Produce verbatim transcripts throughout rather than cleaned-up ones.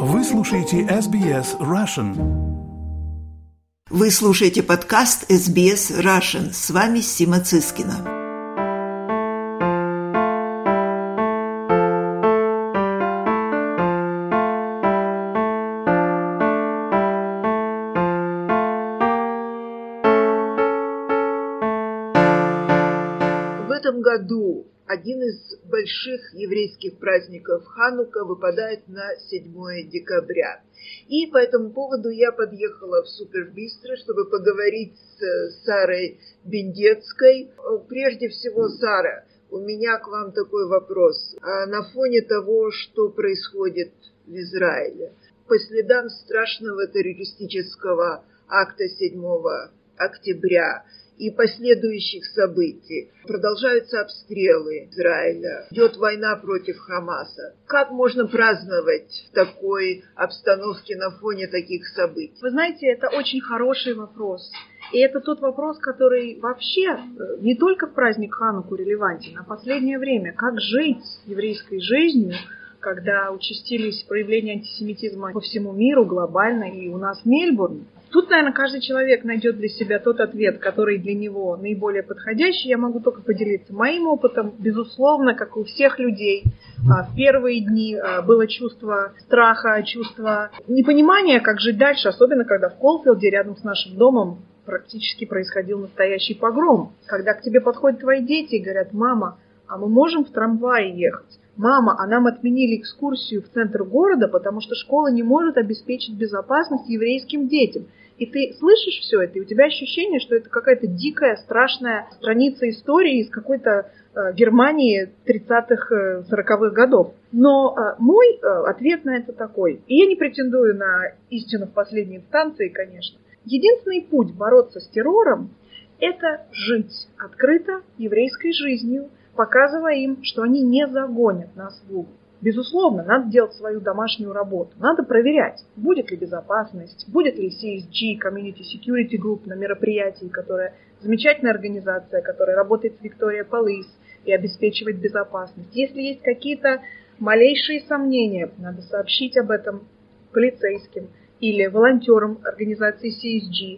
Вы слушаете эс би эс Russian. Вы слушаете подкаст эс би эс Russian. С вами Сима Цискина. В этом году один из больших еврейских праздников Ханука выпадает на седьмое декабря. И по этому поводу я подъехала в Супербистро, чтобы поговорить с Сарой Бендецкой. Прежде всего, Сара, у меня к вам такой вопрос. На фоне того, что происходит в Израиле, по следам страшного террористического акта седьмого октября и последующих событий, продолжаются обстрелы Израиля, идет война против Хамаса. Как можно праздновать в такой обстановке на фоне таких событий? Вы знаете, это очень хороший вопрос. И это тот вопрос, который вообще не только в праздник Хануку релевантен, а в последнее время. Как жить еврейской жизнью, когда участились проявления антисемитизма по всему миру глобально и у нас в Мельбурне? Тут, наверное, каждый человек найдет для себя тот ответ, который для него наиболее подходящий. Я могу только поделиться моим опытом. Безусловно, как у всех людей, в первые дни было чувство страха, чувство непонимания, как жить дальше, особенно когда в Колфилде, рядом с нашим домом, практически происходил настоящий погром. Когда к тебе подходят твои дети и говорят: «Мама, а мы можем в трамвае ехать? Мама, а нам отменили экскурсию в центр города, потому что школа не может обеспечить безопасность еврейским детям». И ты слышишь все это, и у тебя ощущение, что это какая-то дикая, страшная страница истории из какой-то э, Германии тридцатых, сороковых годов. Но э, мой э, ответ на это такой. И я не претендую на истину в последней инстанции, конечно. Единственный путь бороться с террором – это жить открыто еврейской жизнью, показывая им, что они не загонят нас в угол. Безусловно, надо делать свою домашнюю работу. Надо проверять, будет ли безопасность, будет ли си эс джи, Community Security Group, на мероприятии, которая замечательная организация, которая работает с Victoria Police и обеспечивает безопасность. Если есть какие-то малейшие сомнения, надо сообщить об этом полицейским или волонтерам организации си эс джи.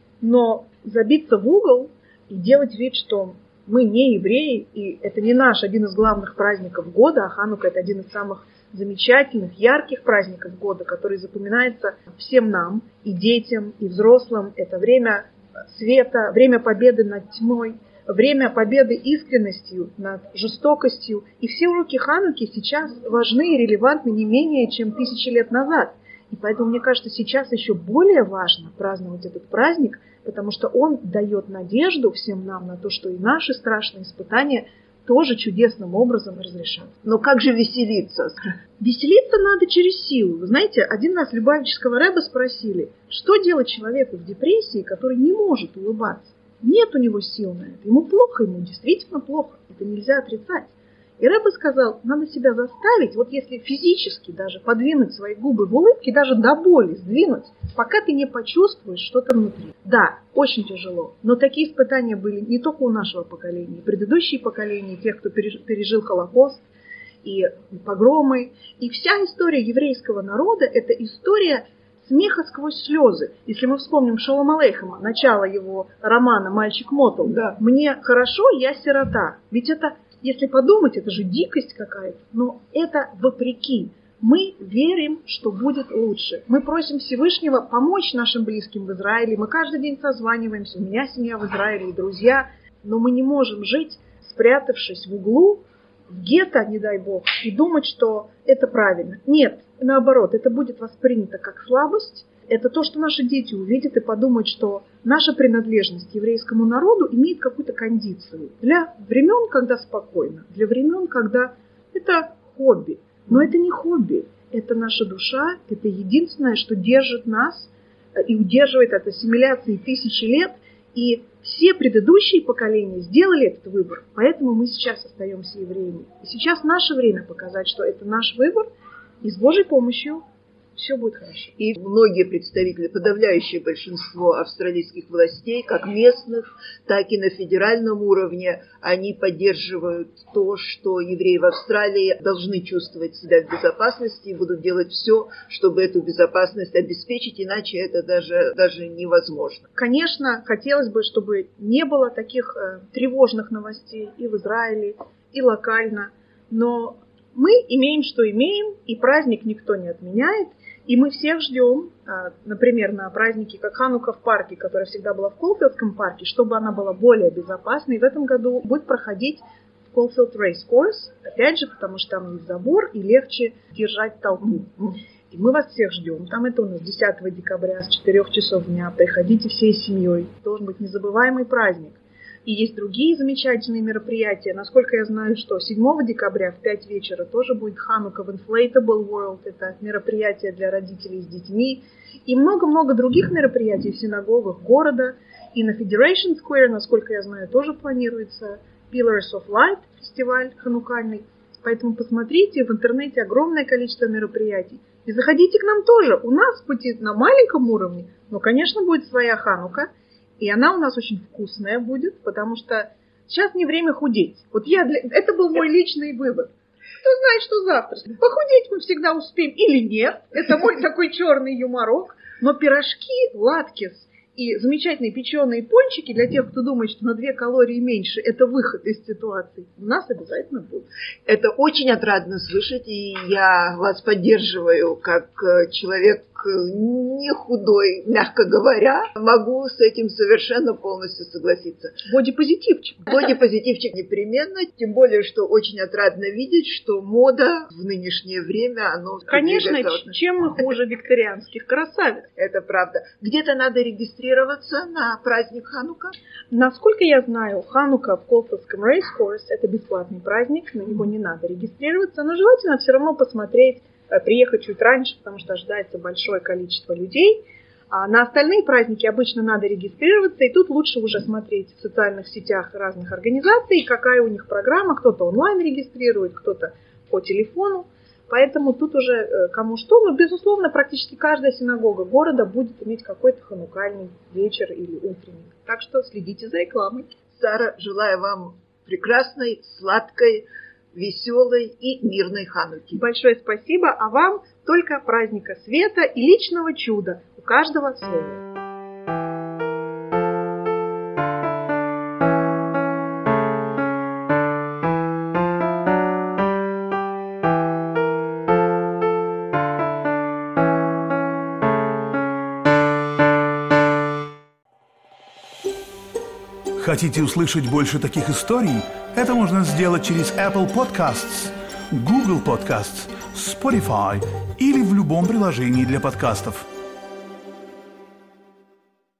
Но забиться в угол и делать вид, что мы не евреи, и это не наш один из главных праздников года, а Ханука – это один из самых замечательных, ярких праздников года, который запоминается всем нам, и детям, и взрослым. Это время света, время победы над тьмой, время победы искренностью над жестокостью. И все уроки Хануки сейчас важны и релевантны не менее, чем тысячи лет назад. И поэтому, мне кажется, сейчас еще более важно праздновать этот праздник, потому что он дает надежду всем нам на то, что и наши страшные испытания тоже чудесным образом разрешат. Но как же веселиться? Веселиться надо через силу. Вы знаете, один раз Любавического рэба спросили, что делать человеку в депрессии, который не может улыбаться. Нет у него сил на это. Ему плохо, ему действительно плохо. Это нельзя отрицать. И рэбе сказал, надо себя заставить, вот если физически даже подвинуть свои губы в улыбке, даже до боли сдвинуть, пока ты не почувствуешь что-то внутри. Да, очень тяжело, но такие испытания были не только у нашего поколения, и предыдущие поколения, тех, кто пережил Холокост и погромы. И вся история еврейского народа – это история смеха сквозь слезы. Если мы вспомним Шолом Алейхема, начало его романа «Мальчик Мотл», да. «Мне хорошо, я сирота». Ведь это, если подумать, это же дикость какая-то. Но это вопреки. Мы верим, что будет лучше. Мы просим Всевышнего помочь нашим близким в Израиле. Мы каждый день созваниваемся. У меня семья в Израиле и друзья. Но мы не можем жить, спрятавшись в углу, в гетто, не дай бог, и думать, что это правильно. Нет, наоборот, это будет воспринято как слабость. Это то, что наши дети увидят и подумают, что наша принадлежность к еврейскому народу имеет какую-то кондицию. Для времен, когда спокойно, для времен, когда это хобби. Но это не хобби, это наша душа, это единственное, что держит нас и удерживает от ассимиляции тысячи лет. И все предыдущие поколения сделали этот выбор, поэтому мы сейчас остаемся евреями. И сейчас наше время показать, что это наш выбор, и с Божьей помощью Все будет хорошо. И многие представители, подавляющее большинство австралийских властей, как местных, так и на федеральном уровне, они поддерживают то, что евреи в Австралии должны чувствовать себя в безопасности и будут делать все, чтобы эту безопасность обеспечить, иначе это даже, даже невозможно. Конечно, хотелось бы, чтобы не было таких э, тревожных новостей и в Израиле, и локально, но мы имеем, что имеем, и праздник никто не отменяет. И мы всех ждем, например, на праздники, как Ханука в парке, которая всегда была в Колфилдском парке, чтобы она была более безопасной. И в этом году будет проходить в Колфилд Race Course, опять же, потому что там есть забор и легче держать толпу. И мы вас всех ждем. Там это у нас десятого декабря с четырёх часов дня. Приходите всей семьей. Должен быть незабываемый праздник. И есть другие замечательные мероприятия. Насколько я знаю, что седьмого декабря в пять вечера тоже будет Ханука в Inflatable World. Это мероприятие для родителей с детьми. И много-много других мероприятий в синагогах города. И на Federation Square, насколько я знаю, тоже планируется Pillars of Light, фестиваль ханукальный. Поэтому посмотрите, в интернете огромное количество мероприятий. И заходите к нам тоже. У нас хоть и на маленьком уровне, но, конечно, будет своя Ханука. И она у нас очень вкусная будет, потому что сейчас не время худеть. Вот я для... Это был мой личный вывод. Кто знает, что завтра. Похудеть мы всегда успеем или нет. Это мой такой черный юморок. Но пирожки, латкис и замечательные печеные пончики для тех, кто думает, что на две калории меньше, это выход из ситуации, у нас обязательно будет. Это очень отрадно слышать, и я вас поддерживаю как человек не худой, мягко говоря. Могу с этим совершенно полностью согласиться. Бодипозитивчик. Бодипозитивчик непременно, тем более, что очень отрадно видеть, что мода в нынешнее время, оно... Конечно, чем мы хуже викторианских красавиц. Это правда. Где-то надо регистрироваться на праздник Ханука? Насколько я знаю, Ханука в Колфилдском Race Course – это бесплатный праздник, на него не надо регистрироваться, но желательно все равно посмотреть, приехать чуть раньше, потому что ожидается большое количество людей. А на остальные праздники обычно надо регистрироваться, и тут лучше уже смотреть в социальных сетях разных организаций, какая у них программа, кто-то онлайн регистрирует, кто-то по телефону. Поэтому тут уже кому что, но, безусловно, практически каждая синагога города будет иметь какой-то ханукальный вечер или утренник. Так что следите за рекламой. Сара, желаю вам прекрасной, сладкой, веселой и мирной Хануки. Большое спасибо, а вам только праздника света и личного чуда. У каждого свое. Хотите услышать больше таких историй? Это можно сделать через Apple Podcasts, Google Podcasts, Spotify или в любом приложении для подкастов.